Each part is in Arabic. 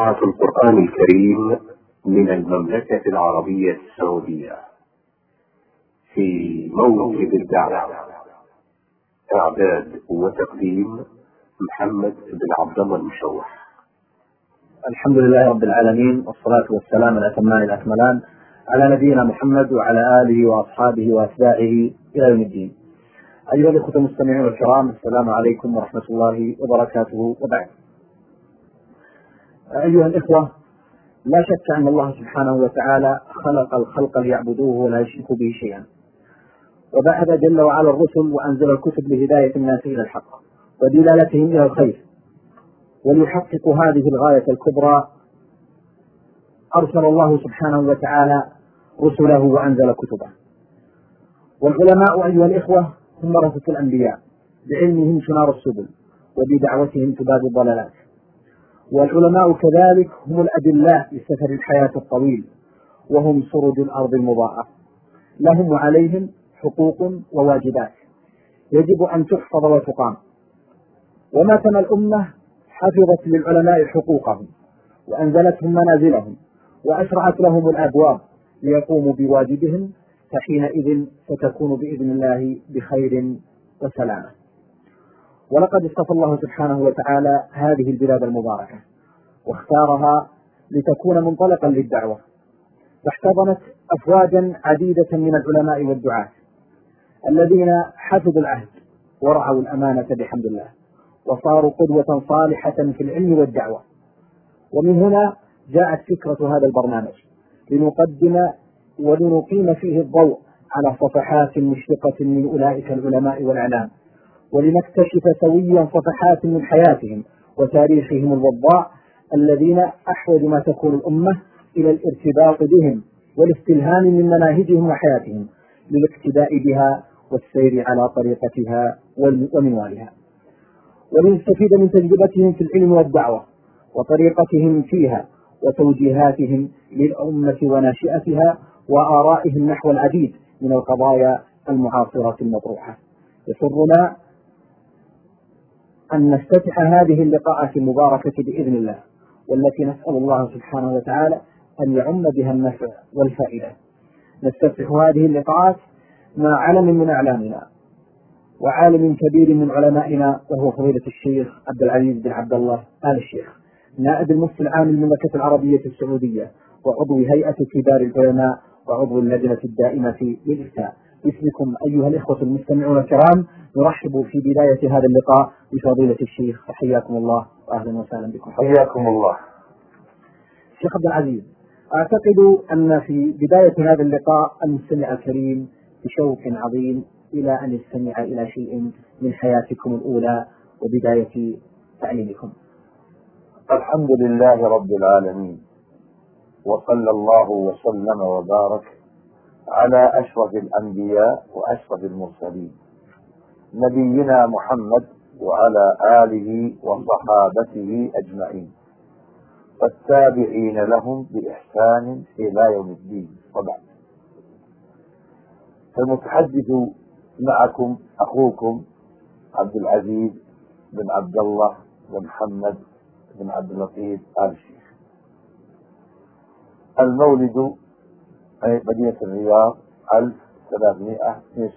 إذاعة القرآن الكريم من المملكة العربية السعودية في موكب الدعوة. إعداد وتقديم محمد بن عبد الله المشوح. الحمد لله رب العالمين، والصلاة والسلام الأتمان الأكملان على نبينا محمد وعلى آله وأصحابه وأتباعه إلى يوم الدين. أيها الأخوة المستمعين الكرام، السلام عليكم ورحمة الله وبركاته. وبعد، أيها الإخوة، لا شك أن الله سبحانه وتعالى خلق الخلق ليعبدوه ولا يشركوا به شيئا، وبعث جل وعلا الرسل وأنزل الكتب لهداية الناس إلى الحق ودلالتهم إلى الخير. وليحققوا هذه الغاية الكبرى أرسل الله سبحانه وتعالى رسله وأنزل كتبه. والعلماء أيها الإخوة هم ورثة الأنبياء، بعلمهم تنار السبل وبدعوتهم تباد الضلالات. والعلماء كذلك هم الأدلاء لسفر الحياة الطويل، وهم سرج الأرض المضاءة، لهم وعليهم حقوق وواجبات يجب أن تحفظ وتقام. وما كان الأمة حفظت للعلماء حقوقهم وأنزلتهم منازلهم وأشرعت لهم الأبواب ليقوموا بواجبهم، فحينئذ ستكون بإذن الله بخير وسلامة. ولقد اصطفى الله سبحانه وتعالى هذه البلاد المباركة واختارها لتكون منطلقا للدعوة، فاحتضنت أفواجا عديدة من العلماء والدعاة الذين حفظوا العهد ورعوا الأمانة بحمد الله، وصاروا قدوة صالحة في العلم والدعوة. ومن هنا جاءت فكرة هذا البرنامج، لنقدم ولنقيم فيه الضوء على صفحات مشرقة من أولئك العلماء والإعلام، ولنكتشف سويا صفحات من حياتهم وتاريخهم الوضاء الذين أحوج ما تكون الأمة إلى الارتباط بهم والاستلهام من مناهجهم وحياتهم للاقتداء بها والسير على طريقتها ومنوالها، ولنستفيد من تجربتهم في العلم والدعوة وطريقتهم فيها وتوجيهاتهم للأمة وناشئتها وآرائهم نحو العديد من القضايا المعاصرة المطروحة. يسرنا أن نفتتح هذه اللقاءات المباركة بإذن الله، والتي نسأل الله سبحانه وتعالى أن يعم بها النفع والفائدة. نفتتح هذه اللقاءات مع علم من أعلامنا وعالم كبير من علمائنا، وهو فضيلة الشيخ عبد العزيز بن عبد الله آل الشيخ، نائب المفتي العام للمملكة العربية السعودية، وعضو هيئة كبار العلماء، وعضو اللجنة الدائمة للإفتاء. باسمكم أيها الإخوة المستمعون الكرام نرحب في بداية هذا اللقاء بفضيلة الشيخ، حياكم الله وأهلا وسهلا بكم. حياكم الله. شيخ عبد العزيز، أعتقد أن في بداية هذا اللقاء المستمع الكريم بشوق عظيم إلى أن يستمع إلى شيء من حياتكم الأولى وبداية تعليمكم. الحمد لله رب العالمين، وصلى الله وسلم وبارك على أشرف الأنبياء وأشرف المرسلين نبينا محمد وعلى آله وصحابته أجمعين والتابعين لهم بإحسان إلى يوم الدين. وبعد، فالمتحدث معكم أخوكم عبد العزيز بن عبد الله بن محمد بن عبد اللطيف آل الشيخ. المولد مدينة الرياض 1362.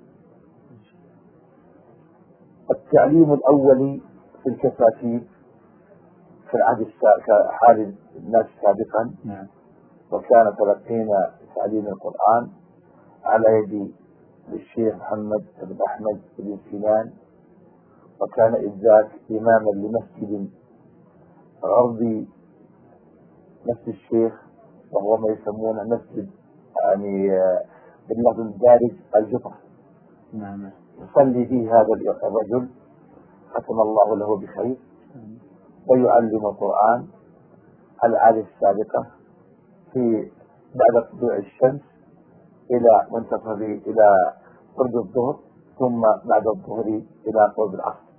التعليم الأولي في الكتاتيب في العهد حال الناس سابقا، وكان تلقينا تعليم القرآن على يد الشيخ محمد بن أحمد بن سنان، وكان إذ ذاك إماما لمسجد غربي مسجد الشيخ، وهو ما يسمونه مسجد يعني باللفظ الدارج الجفر. يصلي فيه هذا الرجل ختم الله له بخير، ويعلم القرآن العادة السابقة في بعد طلوع الشمس إلى منتصف إلى قرب الظهر، ثم بعد الظهر إلى قرب العصر.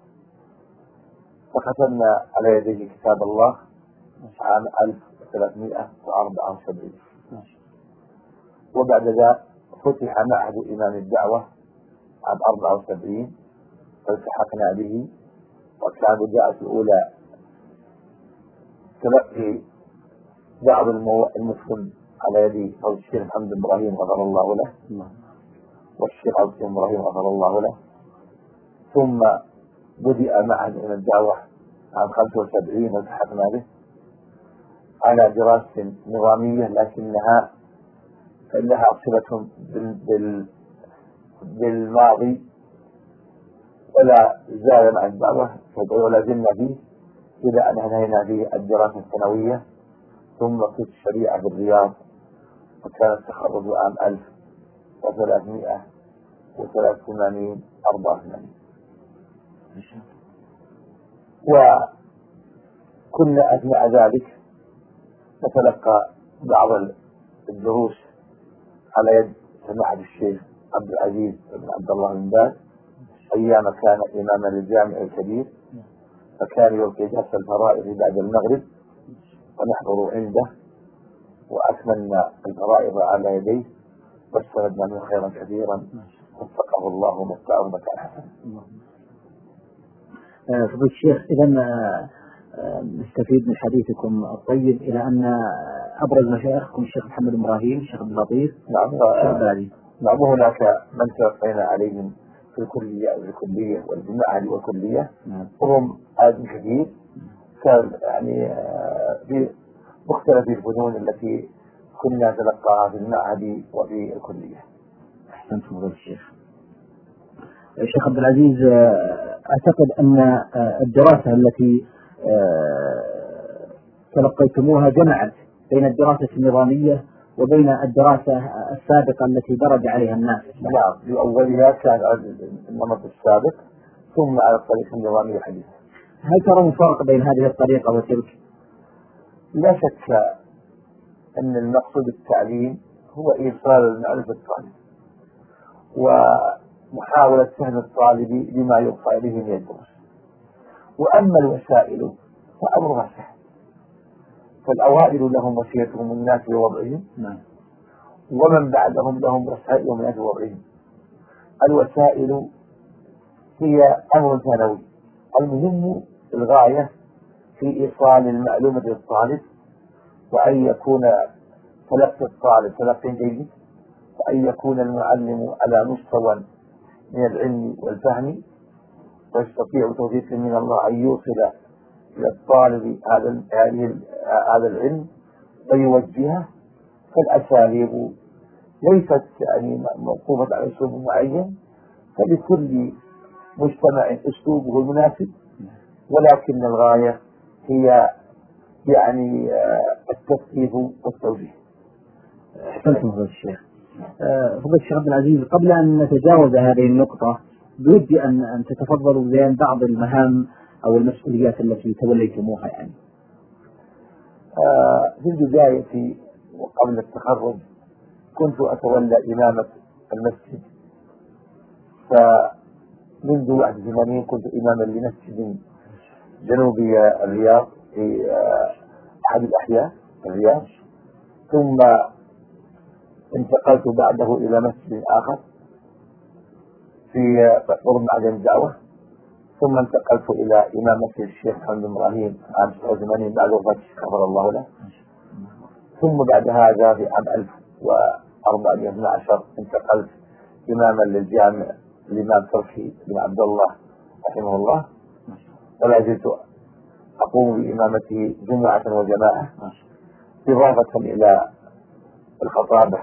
فختمنا على يديه كتاب الله عام 1374، وبعد ذلك فتح معهد إمام الدعوة عام 74 فالتحقنا به، وكان البداية الأولى تلقي بعض المسلم على يد الشيخ محمد بن إبراهيم غفر الله له والشيخ عبد بن إبراهيم غفر الله له. ثم بدأ معا من الدعوة عام 75 والتحقنا به على دراسة نظامية لكنها لها صلة بالماضي ولا زال مع الدعوة ولا زلنا فيه إلى أن انهينا به الدراسة الثانوية. ثم قسم الشريعة بالرياض وكان التخرج عام 1383 84. وكنا أثناء ذلك نتلقى بعض الدروس على يد سماحة الشيخ عبد العزيز بن عبد الله بن باز أيام كان إماما للجامع الكبير، فكان يلقي درس الفرائض بعد المغرب ونحضر عنده وأكملنا الفرائض على يديه واستفدنا منه خيرا كثيرا وفقه الله ومتعه مكان حسن. فضيلة الشيخ، إذا نستفيد من حديثكم الطيب إلى أن أبرز مشايخكم الشيخ محمد بن إبراهيم، الشيخ عبد اللطيف، نعم وهناك من توفينا عليهم في الكلية والجماعة والكلية وهم عدد كثير يعني في مختلف الفنون التي كنا نتلقاها في المعهد وفي الكلية. أحسنت فضيلة الشيخ. الشيخ عبد العزيز، أعتقد أن الدراسة التي تلقيتموها جمعت بين الدراسة النظامية وبين الدراسة السابقة التي درج عليها الناس. نعم، في أولها كان النمط السابق ثم على الطريقة النظامية الحديثة. هل ترون فرق بين هذه الطريقة وتلك؟ لا شك أن المقصود التعليم هو إيصال المعرفة للطالب ومحاولة فهم الطالب لما يوصى به من الدروس. وأما الوسائل فأمرها سهل، فالأوائل لهم وصيتهم الناس بوضعهم ومن بعدهم لهم وسائلهم الناس بوضعهم. الوسائل هي أمر ثانوي، المهم الغاية في إيصال المعلومة للطالب وأن يكون تلقي الطالب تلقي جيد وأن يكون المعلم على مستوى من العلم والفهم ويستطيع توفيق من الله أن يوصل إلى الطالب هذا العلم ويوجهه. فالأساليب ليست يعني موقوفة على أسلوب معين، فلكل مجتمع أسلوبه المناسب، ولكن الغاية هي يعني التثقيف والتوجيه. أحسنتم فضيلة الشيخ. فضيلة الشيخ عبد العزيز، قبل أن نتجاوز هذه النقطة بودي أن تتفضلوا بيان بعض المهام أو المسؤوليات التي توليتموها. يعني في البداية وقبل التخرج كنت أتولى إمامة المسجد، فمنذ 81 كنت إماما لمسجد جنوبي الرياض في أحد الأحياء الرياض، ثم انتقلت بعده إلى مسجد آخر في قرب معدن الدعوة، ثم انتقلت إلى إمامة الشيخ محمد بن إبراهيم عام 87 بعد وفاة الشيخ غفر الله له. ثم بعد هذا في عام 1412 انتقلت إماما للجامع الإمام تركي بن عبد الله رحمه الله، ولا زلت أقوم بإمامته جمعة وجماعة إضافة إلى الخطابة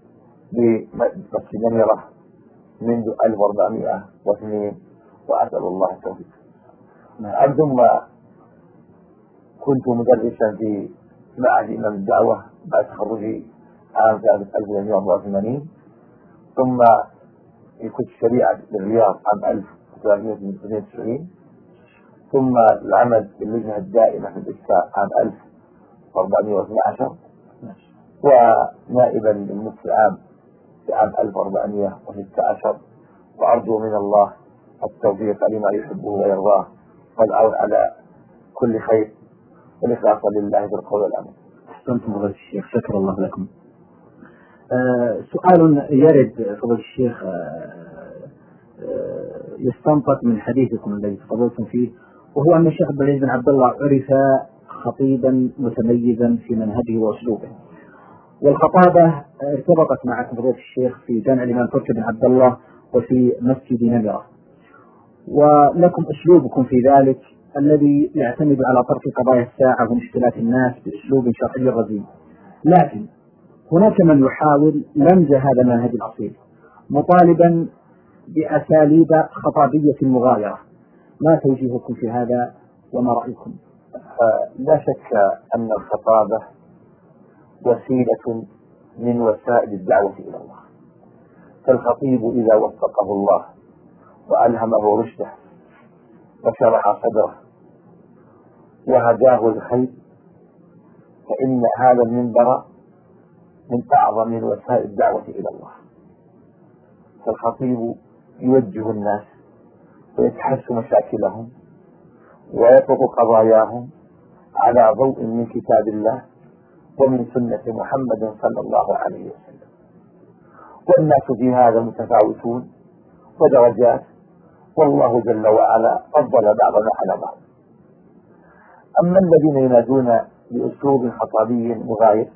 بمسجد نميرة منذ 1402 وأسأل الله التوفيق. ثم كنت مدرسا في معهد إمام الدعوة بعد تخرجي عام 1984، ثم في كلية الشريعة بالرياض عام 1392، ثم العمل باللجنة الدائمة في الإفتاء عام 1412، ونائبا للمفتي العام في عام 1416. وأرجو من الله التوفيق لما يحبه ويرضاه والعون على كل خير والإخلاص لله بالقول والعمل. أحسنتم فضيلة الشيخ، شكر الله لكم. سؤال يرد فضيلة الشيخ يستنطق من حديثكم الذي تفضلتم فيه، وهو أن الشيخ عبد العزيز بن عبد الله عرف خطيبا متميزا في منهجه وأسلوبه. والخطابة ارتبطت مع فضيلة الشيخ في جامع الإمام تركي بن عبد الله وفي مسجد نمرة، ولكم أسلوبكم في ذلك الذي يعتمد على طرح قضايا الساعة ومشكلات الناس بأسلوب شرعي رزين. لكن هناك من يحاول لمز هذا المنهج الأصيل مطالبا بأساليب خطابية مغايرة. ما توجيهكم في هذا وما رأيكم؟ لا شك أن الخطابة وسيلة من وسائل الدعوة إلى الله، فالخطيب إذا وفقه الله وألهمه رشده وشرح صدره وهداه الخير فإن هذا المنبر من أعظم وسائل الدعوة إلى الله. فالخطيب يوجه الناس ويتحس مشاكلهم ويطرق قضاياهم على ضوء من كتاب الله ومن سنة محمد صلى الله عليه وسلم، والناس في هذا متفاوتون ودرجات، والله جل وعلا فضل بعضنا على بعض. أما الذين ينادون بأسلوب خطابي مغاير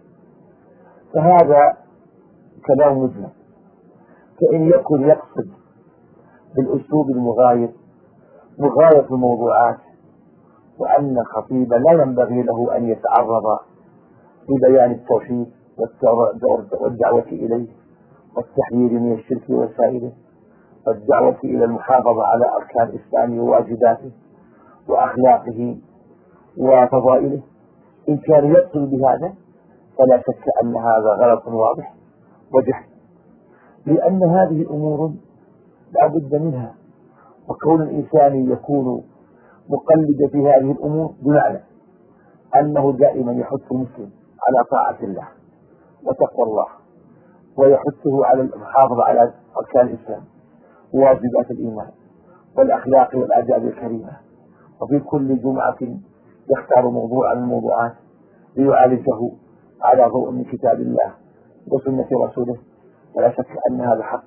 فهذا كلام مجمل، فإن يكن يقصد بالأسلوب المغاير مغاية الموضوعات، وأن الخطيب لا ينبغي له أن يتعرض لبيان التوحيد والدعوة إليه والتحذير من الشرك وسائله والدعوة إلى المحافظة على أركان الإسلام وواجباته وأخلاقه وفضائله، إن كان يقصد بهذا فلا شك أن هذا غلط واضح وجهل، لأن هذه أمور لا بد منها، وكون الإنسان يكون مقلدا في هذه الأمور بمعنى أنه دائما يحث المسلم على طاعة الله وتقوى الله، ويحثه على المحافظة على أركان الإسلام وواجبات الإيمان والأخلاق والآداب الكريمة، وفي كل جمعة يختار موضوعا من الموضوعات ليعالجه على ضوء من كتاب الله وسنة رسوله، ولا شك أن هذا حق،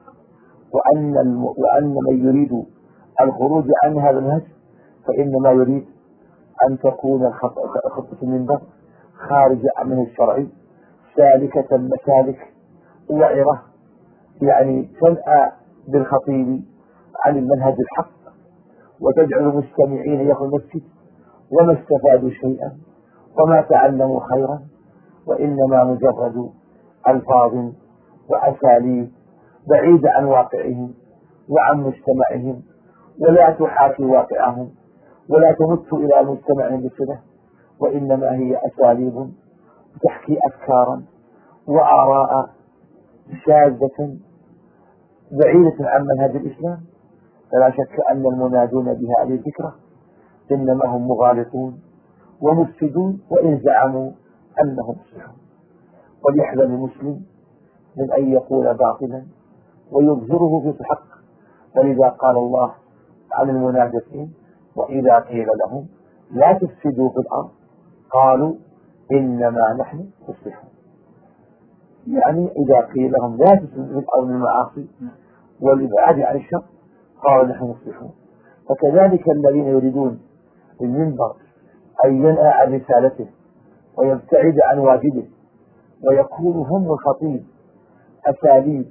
وأن من يريد الخروج عن هذا النهج فإنما يريد أن تكون خطة المنبر خارج عن المنهج الشرعي سالكة مسالك وعرة، يعني تنأى بالخطيب عن المنهج الحق وتجعل المستمعين يدخلوا المسجد وما استفادوا شيئا وما تعلموا خيرا، وإنما مجرد ألفاظ وأساليب بعيدة عن واقعهم وعن مجتمعهم، ولا تحاكي واقعهم ولا تمت إلى مجتمعهم بصلة، وإنما هي أساليب تحكي أفكارا وآراء شاذة بعيدة عن منهج الإسلام. فلا شك أن المنادون بهذه الفكرة إنما هم مغالطون ومفسدون وإن زعموا أنهم مصلحون. وليحذر المسلم من أن يقول باطلا ويظهره في الحق، ولذا قال الله عن المنافقين وإذا قيل لهم لا تفسدوا في الأرض قالوا إنما نحن مصلحون، يعني إذا قيل لهم لا تفسدوا في الأرض من المعاصي والإبعاد عن الشر قالوا نحن مصلحون. فكذلك الذين يريدون المنبر أن ينأى عن رسالته ويبتعد عن واجبه ويكون هم الخطيب أساليب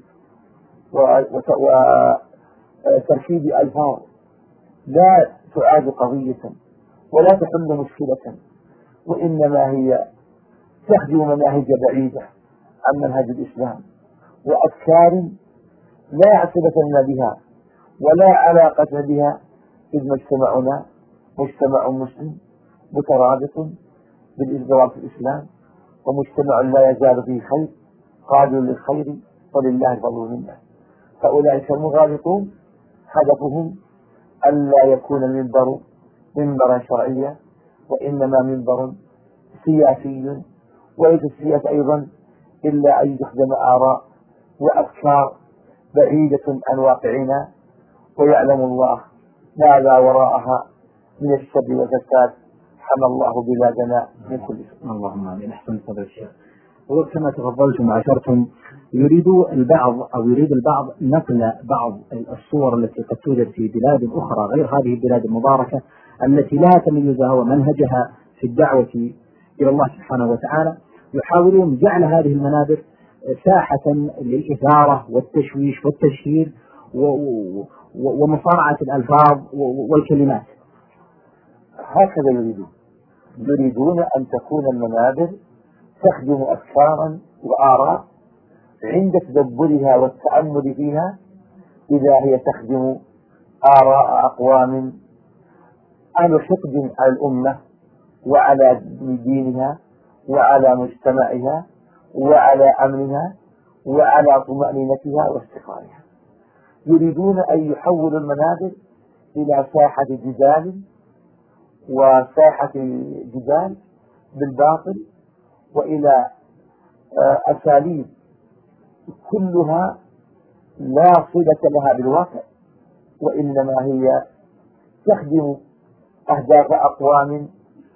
وتركيب ألفاظ لا تعاد قضية ولا تحل مشكلة، وإنما هي تخدم مناهج بعيدة عن منهج الإسلام وأفكار لا عصبة لنا بها ولا علاقة بها، إذ مجتمعنا مجتمع مسلم مترابط بالإزدراج في الإسلام، ومجتمع لا يزال فيه خير قادر للخير ولله الفضل منه. فأولئك المغالطون هدفهم ألا يكون المنبر منبرا شرعيا، وإنما منبر سياسي، وليس السياسة أيضا إلا أن يخدم آراء وأفكار بعيدة عن واقعنا، ويعلم الله ماذا وراءها من الشر والفساد. حمى الله بلادنا من كل شر. اللهم آمين. أحسن فضل الشيخ. وكما تفضلتم وعشرتم يريد البعض نقل بعض الصور التي قد توجد في بلاد أخرى غير هذه البلاد المباركة التي لا تميزها ومنهجها في الدعوة إلى الله سبحانه وتعالى، يحاولون جعل هذه المنابر ساحة للإثارة والتشويش والتشهير ومصارعة الألفاظ والكلمات. هكذا يريدون أن تكون المنابر تخدم أفكارا وآراء عند تدبرها والتأمل فيها، إذا هي تخدم آراء أقوام أهل حقد على الأمة وعلى دينها وعلى مجتمعها وعلى أمنها وعلى طمأنينتها واستقرارها. يريدون أن يحولوا المنابر إلى ساحة جدال وساحة جدال بالباطل، وإلى أساليب كلها لا صلة لها بالواقع، وإنما هي تخدم أهداف أقوام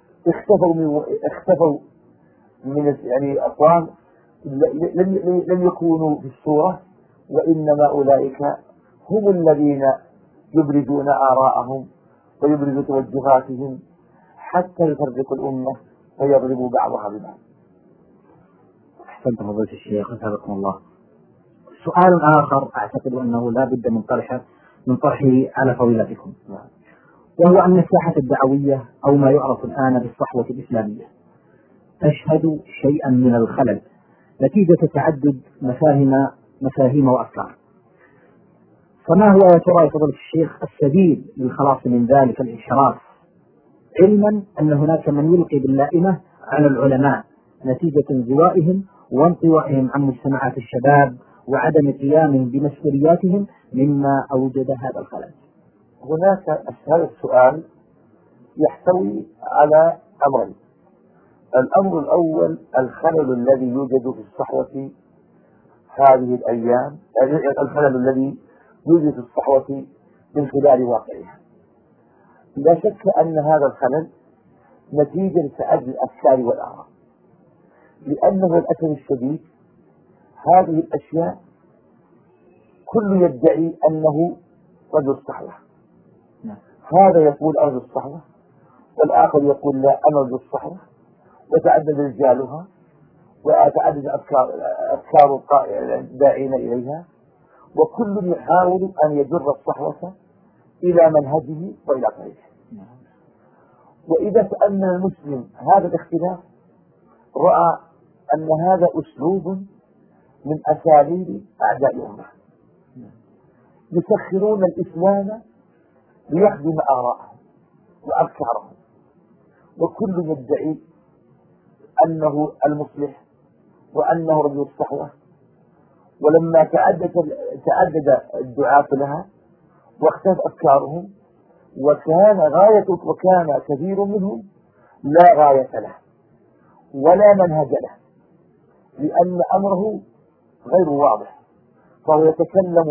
اختفوا من يعني أقوام لم يكونوا في الصورة، وإنما أولئك هم الذين يبرزون آراءهم ويبرزوا توجهاتهم حتى يفرقوا الأمة ويضربوا بعضها ببعض. أحسنت فضيلة الشيخ، أثابكم الله. سؤال آخر أعتقد أنه لا بد من طرحه على فضيلتكم، وهو أن الساحة الدعوية أو ما يعرف الآن بالصحوة الإسلامية تشهد شيئا من الخلل نتيجة تعدد مفاهيم وأفكار، فما هو يا ترى يا فضيلة الشيخ السبيل للخلاص من ذلك الانحراف، علما أن هناك من يلقي باللائمة على العلماء نتيجة انزوائهم وانطوائهم عن مجتمعات الشباب وعدم قيامهم بمسؤولياتهم مما أوجد هذا الخلل؟ هناك هذا السؤال يحتوي على أمرين. الأمر الأول الخلل الذي يوجد في الصحوة هذه الأيام، الخلل الذي يوجد في الصحوة من خلال واقعها. لا شك أن هذا الخلل نتيجة لتعدد الأفكار والآراء، لأنه للأسف الشديد هذه الأشياء كل يدعي أنه رجل الصحوة، هذا يقول أرجو الصحوة والآخر يقول لا أنا رجل الصحوة، وتعدد رجالها وتعدد أفكار الداعين إليها، وكل يحاول أن يجر الصحوة إلى منهجه وإلى طريقه. وإذا سألنا المسلم هذا الاختلاف رأى أن هذا أسلوب من أساليب أعداء الأمة، يسخرون الإسلام ليخدم آراءهم وأفكارهم، وكل يدعي أنه المصلح وأنه رجل الصحوة. ولما تعدد الدعاة لها واختلف أفكارهم وكان كثير منهم لا غاية له ولا منهج له، لأن أمره غير واضح، فهو يتكلم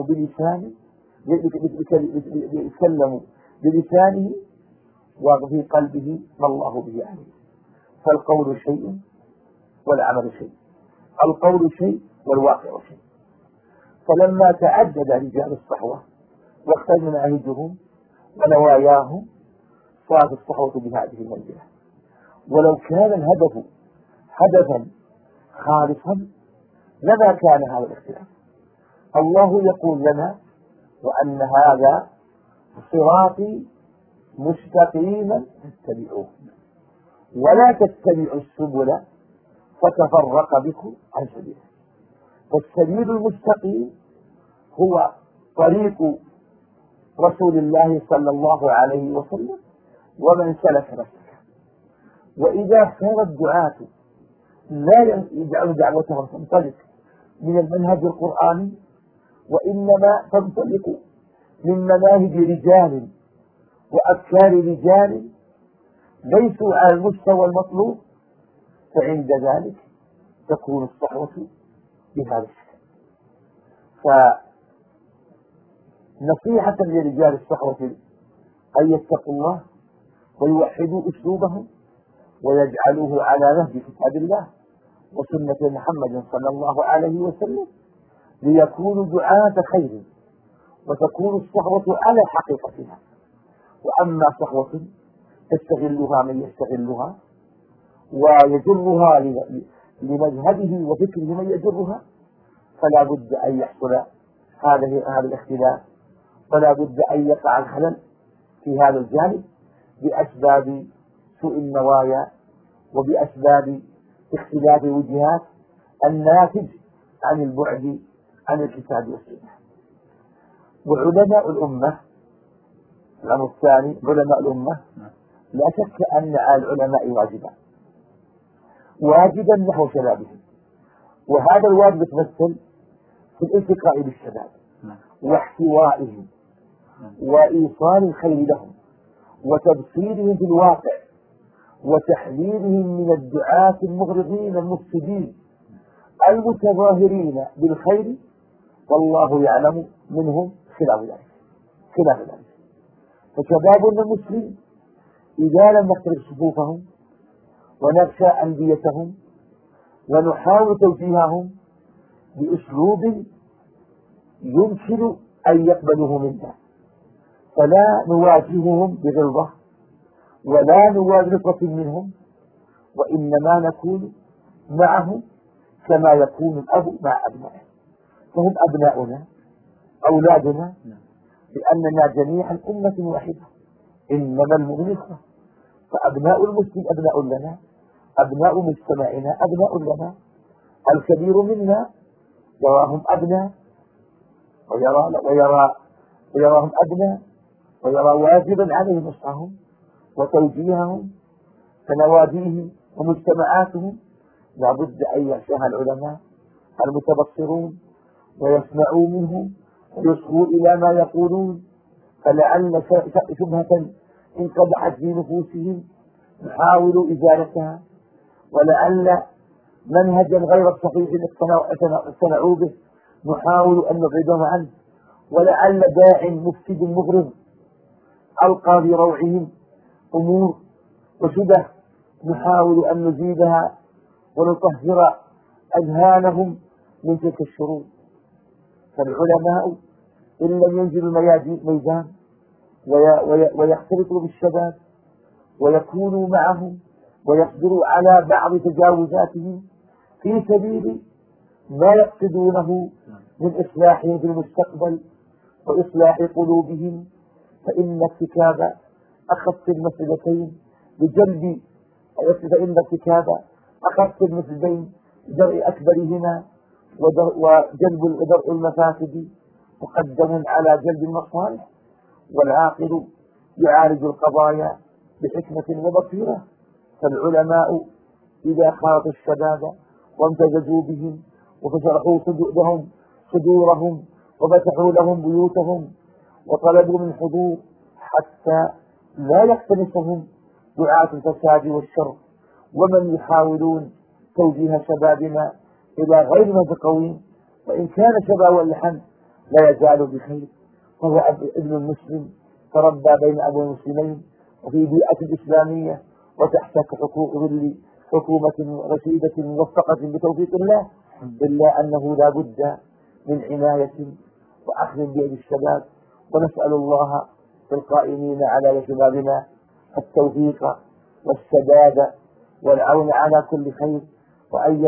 بلسانه وفي قلبه ما الله به عليه. فالقول شيء والعمل شيء، القول شيء والواقع شيء. فلما تعدد رجال الصحوة واختلف مناهجهم ونواياهم صارت الصحوة بهذه المنزلة. ولو كان الهدف هدفا خالصا لما كان هذا الاختلاف. الله يقول لنا وأن هذا صراطي مستقيما فاتبعوه ولا تتبعوا السبل فتفرق بكم عن سبيله. فالسبيل المستقيم هو طريق رسول الله صلى الله عليه وسلم ومن سلك مسلكه. وإذا كان الدعاة لا يجعل دعوتهم تنطلق من المنهج القرآني وإنما تنطلق من مناهج رجال وأفكار رجال ليسوا على المستوى المطلوب، فعند ذلك تكون الصحوة بهذا الشكل. فنصيحة لرجال الصحوة أن يتقوا الله ويوحدوا أسلوبهم ويجعلوه على نهج كتاب الله وسنة محمد صلى الله عليه وسلم، ليكونوا دعاة خير وتكون الصحوة على حقيقتها. وأما صحوة تستغلها من يستغلها ويجرها لمذهبه وفكره من يجرها، فلا بد أن يحصل هذا الاختلاف، فلا بد أن يقع الخلل في هذا الجانب بأسباب سوء النوايا وبأسباب اختلاف الوجهات الناتج عن البعد عن الكتاب والسنة. وعلماء الأمة، الأمر الثاني علماء الأمة، لا شك أن على العلماء واجبا نحو شبابهم، وهذا الواجب يتمثل في الالتقاء بالشباب واحتوائهم وإيصال الخير لهم وتبصيرهم في الواقع وتحذيرهم من الدعاة المغرضين المفسدين المتظاهرين بالخير، والله يعلم منهم خلاف ذلك. فشبابنا المسلم إذا لم نخترق صفوفهم ونغشى أنديتهم ونحاول توجيههم بأسلوب يمكن أن يقبلوه منا، فلا نواجههم بغلظة ولا نواجه منهم، وإنما نكون معهم كما يكون الأب مع أبنائه، فهم أبناؤنا أولادنا، لأننا جميعا أمة واحدة، إنما المؤمنون إخوة، فأبناء المسلم أبناء لنا، أبناء مجتمعنا أبناء لنا، الكبير منا يراهم أبناء ويراهم أبناء ويرى واجبا عليه نصحهم وتوجيههم كنواديهم ومجتمعاتهم. لا بد أن يخشاها العلماء المتبصرون ويسمعوا منهم ويصغوا إلى ما يقولون، فلعل شبهة انقدحت في نفوسهم نحاول إزالتها، ولعل منهجا غير الصحيح اقتنعوا به نحاول أن نبعدهم عنه، ولعل داع مفسد مغرض ألقى بروعهم أمور وشبه نحاول أن نزيدها ونطهر أذهانهم من تلك الشرور. فالعلماء إن لم ينزلوا الميدان ويختلطوا بالشباب ويكونوا معهم ويقدروا على بعض تجاوزاتهم في سبيل ما يقصدونه من إصلاحهم في المستقبل وإصلاح قلوبهم، فإن ارتكاب أخف المفسدتين بجلب درء أكبرهما وجلب ودرء المفاسد مقدم على جلب المصالح، والعاقل يعالج القضايا بحكمة وبصيرة. فالعلماء إذا خاطوا الشباب وامتزجوا بهم وفشرحوا صدورهم وفتحوا لهم بيوتهم وطلبوا من حضور حتى لا يقتنصهم دعاة الفساد والشر ومن يحاولون توجيه شبابنا إلى غير منهج قويم، وإن كان شباب اللحم لا يزال بخير، فهو ابن المسلم تربى بين أبوين المسلمين وفي بيئة إسلامية وتحت ظل حكومة رشيدة موفقة بتوفيق الله، إلا أنه لا بد من عناية وأخذ بيد الشباب، ونسأل الله القائمين على شبابنا التوفيق والسداد والعون على كل خير، وأن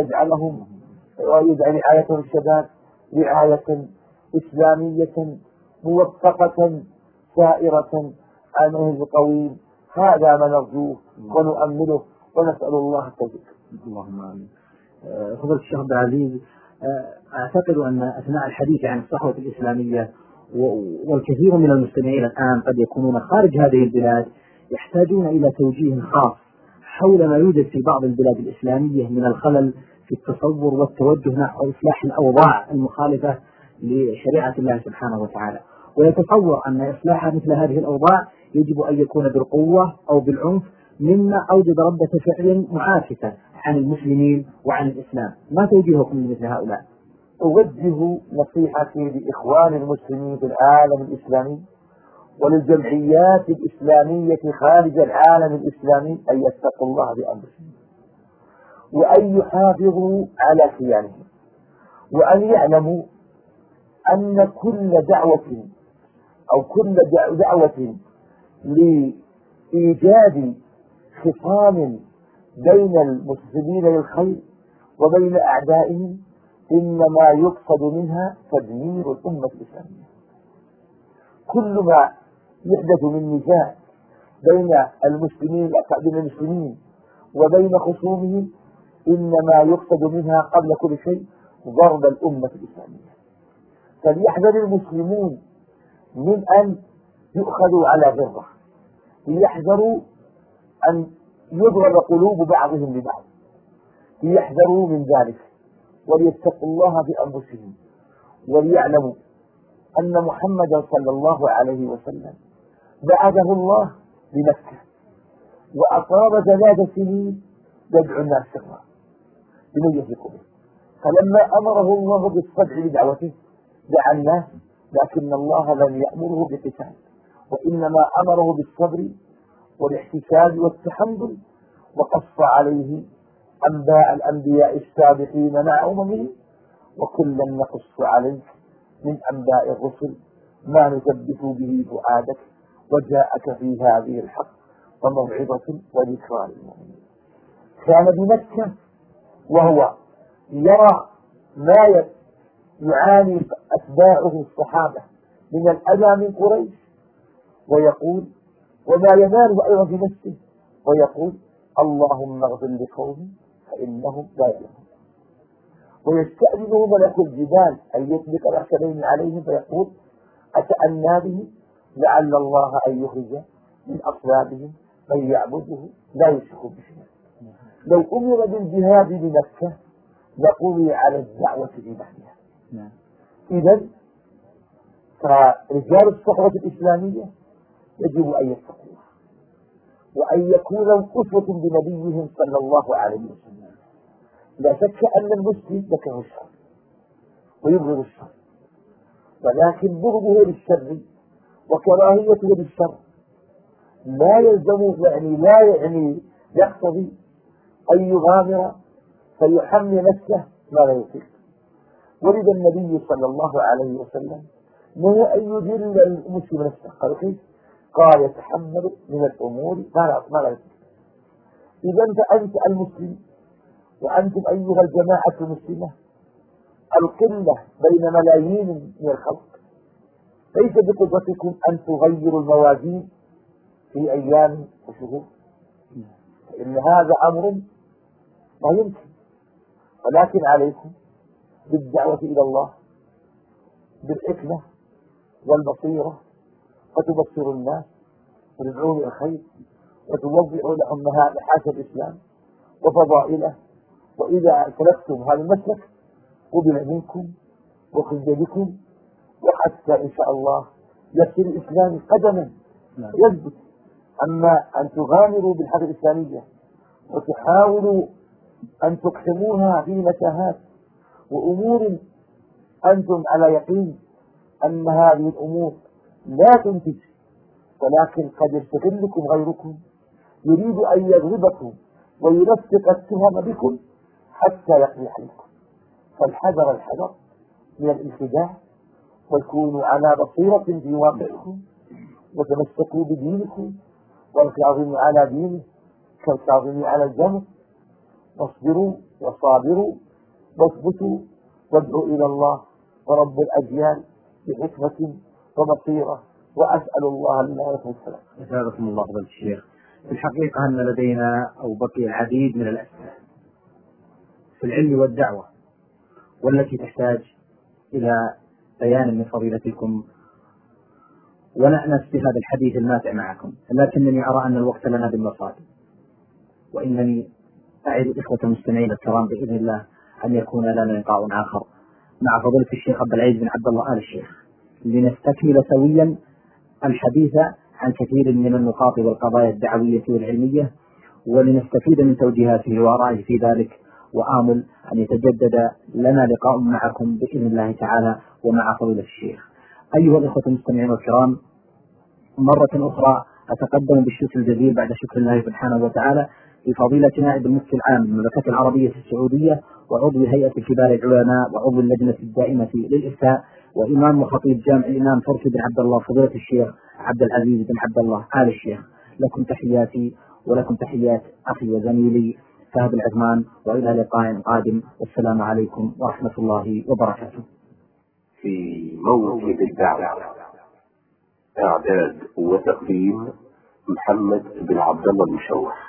يجعل رعاية الشباب رعاية إسلامية موفقة سائرة على منهج قويم. هذا ما نرجوه ونؤمله ونسأل الله التوفيق. اللهم آمين. فضيلة الشيخ عبد العزيز، أعتقد أن أثناء الحديث عن الصحوة الإسلامية والكثير من المستمعين الآن قد يكونون خارج هذه البلاد يحتاجون إلى توجيه خاص حول ما يوجد في بعض البلاد الإسلامية من الخلل في التصور والتوجه نحو إصلاح الأوضاع المخالفة لشريعة الله سبحانه وتعالى، ويتصور أن إصلاح مثل هذه الأوضاع يجب أن يكون بالقوة أو بالعنف، مما أوجد ردة فعل معاكسة عن المسلمين وعن الإسلام. ما توجيهكم لمثل هؤلاء؟ أوجه نصيحتي لإخوان المسلمين في العالم الإسلامي وللجمعيات الإسلامية خارج العالم الإسلامي أن يتقوا الله بأمرهم وأن يحافظوا على كيانهم، وأن يعلموا أن كل دعوة أو كل دعوة لإيجاد خصام بين المسلمين للخير وبين أعدائهم إنما يقصد منها تدمير الأمة الإسلامية. كل ما يحدث من نزاع بين المسلمين وبين خصومهم إنما يقصد منها قبل كل شيء ضرب الأمة الإسلامية. فليحذر المسلمون من أن يؤخذوا على غرة، ليحذروا أن يضرب قلوب بعضهم ببعض، ليحذروا من ذلك وليتقوا الله في أنفسهم، وليعلموا أن محمدا صلى الله عليه وسلم بعثه الله بمكة وأقام 3 سنين يدعو الناس سرا لمن يثق به، فلما أمره الله بالصدع بدعوته دعا الناس، لكن الله لم يأمره بالقتال، وإنما أمره بالصبر والاحتساب والتحمل، وقص عليه أنباء الأنبياء السابقين مع أممهم، وكلا نقص عليك من أنباء الرسل ما نثبت به فؤادك وجاءك في هذه الحق وموعظة وذكرى للمؤمنين. كان بمكة وهو يرى ما يعاني أتباعه الصحابة من الأذى من قريش، ويقول وما يناله أيضا في نفسه، ويقول اللهم اغفر لقومي فإنهم لا يعلمون. ويستأذنه ملك الجبال أن يطلق الأخشبين عليهم، فيقول أتأنى به لعل الله أن يخرج من أصلابهم من يعبده لا يشرك بشيء. لو أمر بالجهاد بمكة لقضي على الدعوة في بحرها. إذا فرجال الصحوة الإسلامية يجب أن يتقوا الله وأن يكونوا أسوة بنبيهم صلى الله عليه وسلم. لا شك أن المسلم يكره الشر ويبغض الشر، ولكن بغضه للشر وكراهيته للشر لا يلزم لا يعني يقتضي أن يغامر فيحمل نفسه ما لا يطيق. ولذا النبي صلى الله عليه وسلم نهى أن يذل المسلم نفسه. قال كيف؟ قال يتحمل من الأمور ما لا يطيق. إذا فأنت المسلم وأنتم أيها الجماعة المسلمة القلة بين ملايين من الخلق، ليس بقدرتكم أن تغيروا الموازين في أيام وشهور، فإن هذا أمر لا يمكن، ولكن عليكم بالدعوة إلى الله بالحكمة والبصيرة، وتبصروا الناس وتدعوهم إلى الخير وتوضحوا لهم محاسن الإسلام وفضائله. وإذا سلكتم هذا المسلك قبل منكم وخرج بكم، وحتى إن شاء الله يصير الإسلام قدما يثبت. أما أن تغامروا بالحرب الإسلامية وتحاولوا أن تقسموها في متاهات وأمور أنتم على يقين أن هذه الأمور لا تنتج، ولكن قد يستغلكم غيركم يريد أن يغلبكم ويلصق التهم بكم حتى يقضي عليكم. فالحذر من الانخداع، وكونوا على بصيرة في واقعكم، وتمسكوا بدينكم، والكاظم على دينه كالكاظم على الجمر. واصبروا وصابروا واثبتوا وادعوا إلى الله ورب الأجيال بحكمة وبصيرة، وأسأل الله لنا ولكم السلام. جزاكم الله فضيلة الشيخ. في الحقيقة أن لدينا أو بقي العديد من الأسئلة في العلم والدعوة، والتي تحتاج إلى بيان من فضيلتكم ونأنس بهذا الحديث الماتع معكم، لكنني أرى أن الوقت لنا بالمصاد، وإنني أعد الإخوة المستمعين الكرام بإذن الله أن يكون لنا لقاء آخر مع فضيلة الشيخ عبد العزيز بن عبد الله آل الشيخ لنستكمل سويا الحديث عن كثير من النقاط والقضايا الدعوية والعلمية، ولنستفيد من توجيهاته وآرائه في ذلك. وآمل أن يتجدد لنا لقاء معكم بإذن الله تعالى ومع فضيلة الشيخ. أيها الإخوة المستمعين الكرام، مرة أخرى أتقدم بالشكر الجزيل بعد شكر الله سبحانه وتعالى لفضيلة نائب المفتي العام للمملكة العربية السعودية وعضو هيئة كبار العلماء وعضو اللجنة الدائمة للإفتاء وإمام وخطيب جامع الإمام فرشد بن عبد الله فضيلة الشيخ عبد العزيز بن عبد الله آل الشيخ. لكم تحياتي ولكم تحيات أخي وزميلي فهد العثمان، وإلى لقاء قادم، والسلام عليكم ورحمة الله وبركاته. في موكب الدعوة، إعداد وتقديم محمد بن عبد الله المشوح.